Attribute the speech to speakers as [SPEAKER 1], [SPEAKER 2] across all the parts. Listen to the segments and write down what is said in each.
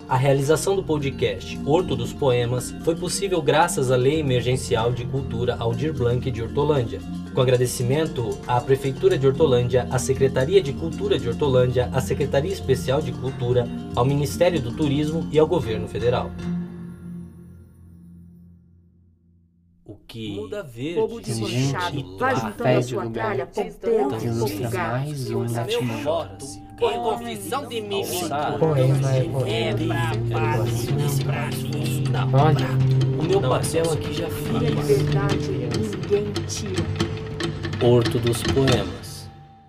[SPEAKER 1] A realização do podcast Horto dos Poemas foi possível graças à Lei Emergencial de Cultura Aldir Blanc de Hortolândia, com agradecimento à Prefeitura de Hortolândia, à Secretaria de Cultura de Hortolândia, à Secretaria Especial de Cultura, ao Ministério do Turismo e ao Governo Federal. O que muda verde,
[SPEAKER 2] Fogo desmanchado, vai juntando a sua tralha, ponteiro,
[SPEAKER 3] ilustra mais um
[SPEAKER 1] voto, põe confissão de mim.
[SPEAKER 3] Poema é poema.
[SPEAKER 1] Não.
[SPEAKER 3] Olha,
[SPEAKER 1] O meu papel aqui já
[SPEAKER 2] e a
[SPEAKER 1] fiz.
[SPEAKER 2] liberdade ninguém tira.
[SPEAKER 1] Horto dos Poemas.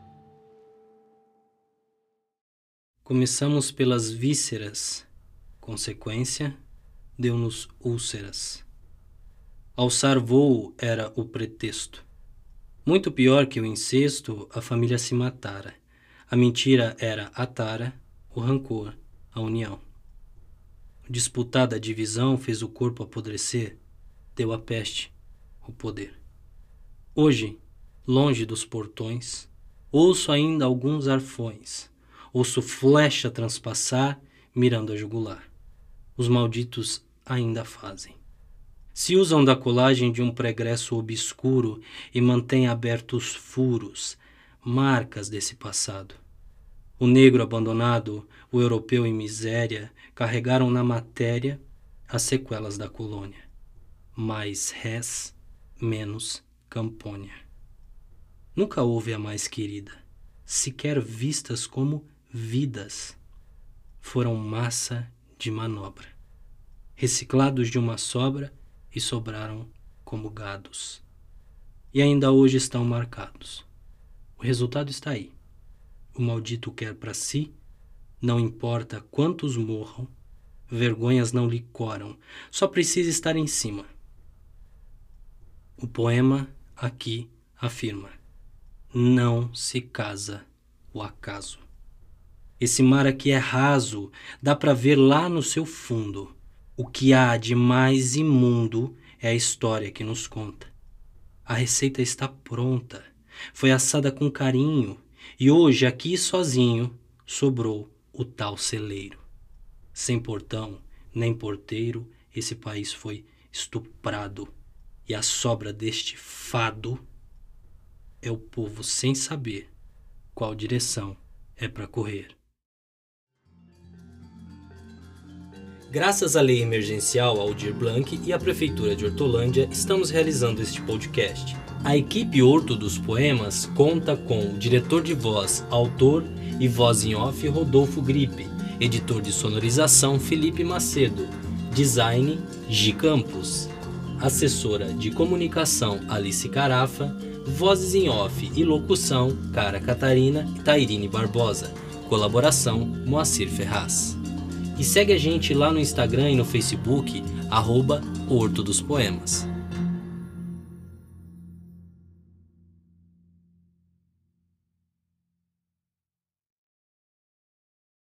[SPEAKER 1] Começamos pelas vísceras. Consequência, deu-nos úlceras. Alçar voo era o pretexto. Muito pior que o incesto, a família se matara. A mentira era a tara, o rancor, a união. Disputada divisão fez o corpo apodrecer, deu a peste, o poder. Hoje, longe dos portões, ouço ainda alguns arfões, ouço flecha transpassar, mirando a jugular. Os malditos ainda fazem. Se usam da colagem de um pregresso obscuro e mantêm abertos furos, marcas desse passado. O negro abandonado, o europeu em miséria, carregaram na matéria as sequelas da colônia. Mais res, menos Campônia. Nunca houve a mais querida, sequer vistas como vidas. Foram massa de manobra, reciclados de uma sobra e sobraram como gados. E ainda hoje estão marcados. O resultado está aí. O maldito quer para si, não importa quantos morram, vergonhas não lhe coram, só precisa estar em cima. O poema aqui afirma: não se casa o acaso. Esse mar aqui é raso, dá para ver lá no seu fundo. O que há de mais imundo é a história que nos conta. A receita está pronta, foi assada com carinho, e hoje aqui sozinho sobrou o tal celeiro. Sem portão, nem porteiro, esse país foi estuprado, e a sobra deste fado é o povo sem saber qual direção é para correr. Graças à Lei Emergencial Aldir Blanc e à Prefeitura de Hortolândia, estamos realizando este podcast. A equipe Horto dos Poemas conta com o diretor de voz, autor e voz em off Rodolfo Gripe, editor de sonorização Felipe Macedo, design Gi Campos, assessora de comunicação Alice Carafa, vozes em off e locução Cara Catarina e Tairine Barbosa, colaboração Moacir Ferraz. E segue a gente lá no Instagram e no Facebook, @Horto dos Poemas.